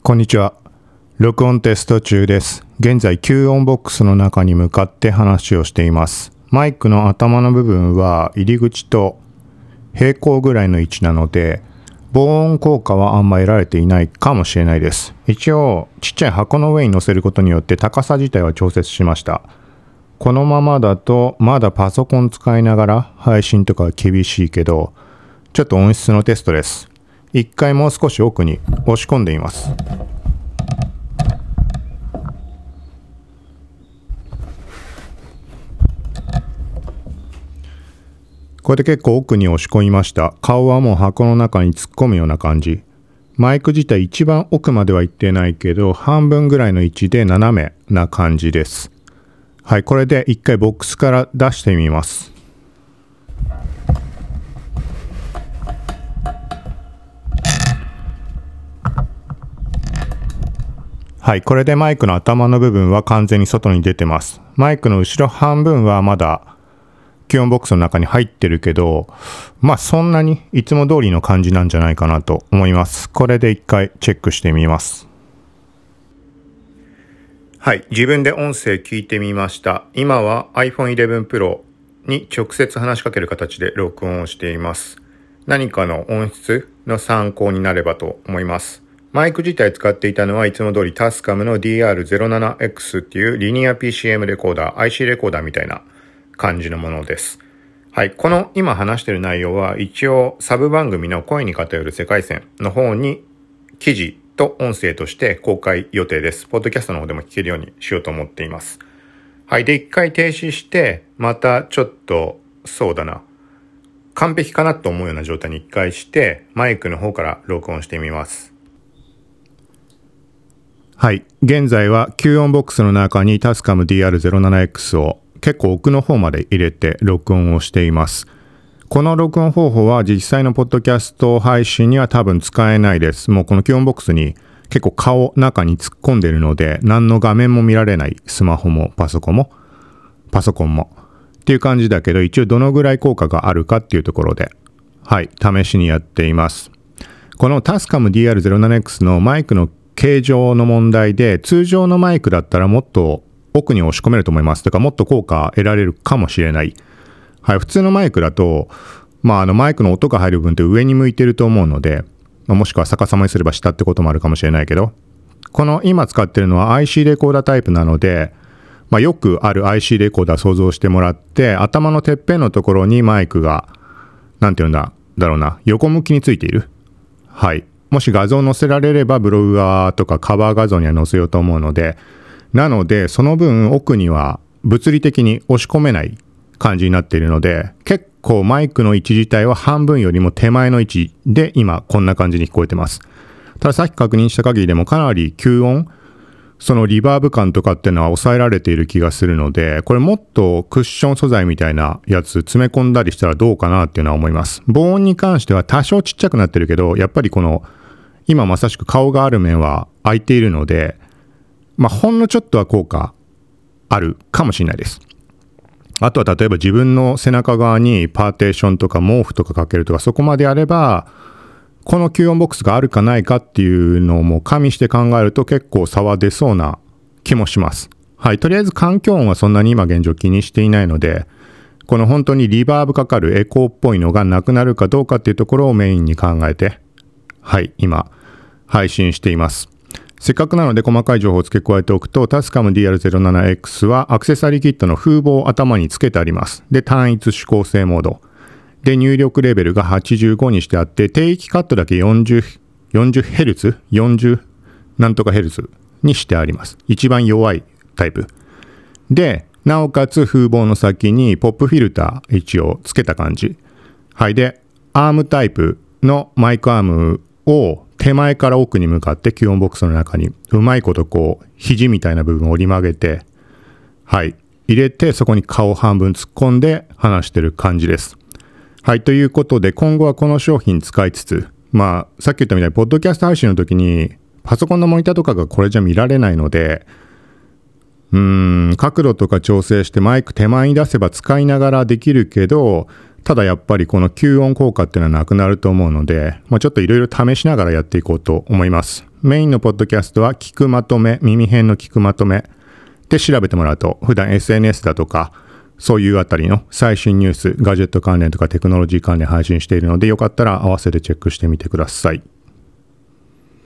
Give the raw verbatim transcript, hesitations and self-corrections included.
こんにちは。録音テスト中です。現在吸音ボックスの中に向かって話をしています。マイクの頭の部分は入り口と平行ぐらいの位置なので、防音効果はあんま得られていないかもしれないです。一応ちっちゃい箱の上に乗せることによって高さ自体は調節しました。このままだとまだパソコン使いながら配信とかは厳しいけど、ちょっと音質のテストです。一回もう少し奥に押し込んでいます。これで結構奥に押し込みました。顔はもう箱の中に突っ込むような感じ。マイク自体一番奥までは行ってないけど、半分ぐらいの位置で斜めな感じです。はい、これで一回ボックスから出してみます。はい、これでマイクの頭の部分は完全に外に出てます。マイクの後ろ半分はまだ吸音ボックスの中に入ってるけど、まあそんなにいつも通りの感じなんじゃないかなと思います。これで一回チェックしてみます。はい、自分で音声聞いてみました。今は iPhone イレブン Pro に直接話しかける形で録音をしています。何かの音質の参考になればと思います。マイク自体使っていたのはいつも通り タスカム の ディーアールゼロななエックス っていうリニア ピーシーエム レコーダー、アイシー レコーダーみたいな感じのものです。はい。この今話している内容は一応サブ番組の声に偏る世界線の方に記事と音声として公開予定です。ポッドキャストの方でも聞けるようにしようと思っています。はい。で、一回停止して、またちょっと、そうだな。完璧かなと思うような状態に一回して、マイクの方から録音してみます。はい。現在は吸音ボックスの中に タスカム ディーアールゼロななエックス を結構奥の方まで入れて録音をしています。この録音方法は実際のポッドキャスト配信には多分使えないです。もうこの吸音ボックスに結構顔中に突っ込んでいるので、何の画面も見られない。スマホもパソコンもパソコンもっていう感じだけど、一応どのぐらい効果があるかっていうところで、はい、試しにやっています。この タスカム ディーアールゼロななエックス のマイクの形状の問題で、通常のマイクだったらもっと奥に押し込めると思います。だからもっと効果得られるかもしれない。はい、普通のマイクだと、まああのマイクの音が入る部分って上に向いてると思うので、まあ、もしくは逆さまにすれば下ってこともあるかもしれないけど、この今使ってるのは アイシー レコーダータイプなので、まあよくある アイシー レコーダー想像してもらって、頭のてっぺんのところにマイクが、なんていうんだ、だろうな、横向きについている。はい。もし画像載せられればブログ側とかカバー画像には載せようと思うので、なのでその分奥には物理的に押し込めない感じになっているので、結構マイクの位置自体は半分よりも手前の位置で今こんな感じに聞こえてます。たださっき確認した限りでもかなり吸音、そのリバーブ感とかっていうのは抑えられている気がするので、これもっとクッション素材みたいなやつ詰め込んだりしたらどうかなっていうのは思います。防音に関しては多少ちっちゃくなってるけど、やっぱりこの今まさしく顔がある面は空いているので、まあほんのちょっとは効果あるかもしれないです。あとは例えば自分の背中側にパーテーションとか毛布とかかけるとか、そこまでやればこの吸音ボックスがあるかないかっていうのをもう加味して考えると結構差は出そうな気もします。はい、とりあえず環境音はそんなに今現状気にしていないので、この本当にリバーブかかるエコーっぽいのがなくなるかどうかっていうところをメインに考えて、はい、今配信しています。せっかくなので細かい情報を付け加えておくと、タスカム ディーアールゼロななエックス はアクセサリーキットの風防を頭につけてあります。で、単一指向性モード。で、入力レベルがはちじゅうごにしてあって、定域カットだけよんじゅう、よんじゅうヘルツ ?よんじゅう なんとかヘルツにしてあります。一番弱いタイプ。で、なおかつ風防の先にポップフィルター一応つけた感じ。はい。で、アームタイプのマイクアームを手前から奥に向かって吸音ボックスの中にうまいことこう肘みたいな部分を折り曲げて、はい入れて、そこに顔半分突っ込んで話してる感じです。はい、ということで今後はこの商品使いつつ、まあさっき言ったみたいにポッドキャスト配信の時にパソコンのモニターとかがこれじゃ見られないので、うーん角度とか調整してマイク手前に出せば使いながらできるけど、 ただやっぱりこの吸音効果っていうのはなくなると思うので、まあ、ちょっといろいろ試しながらやっていこうと思います。メインのポッドキャストは聞くまとめ、耳辺の聞くまとめで調べてもらうと、普段 エスエヌエス だとかそういうあたりの最新ニュース、ガジェット関連とかテクノロジー関連配信しているので、よかったら合わせてチェックしてみてください。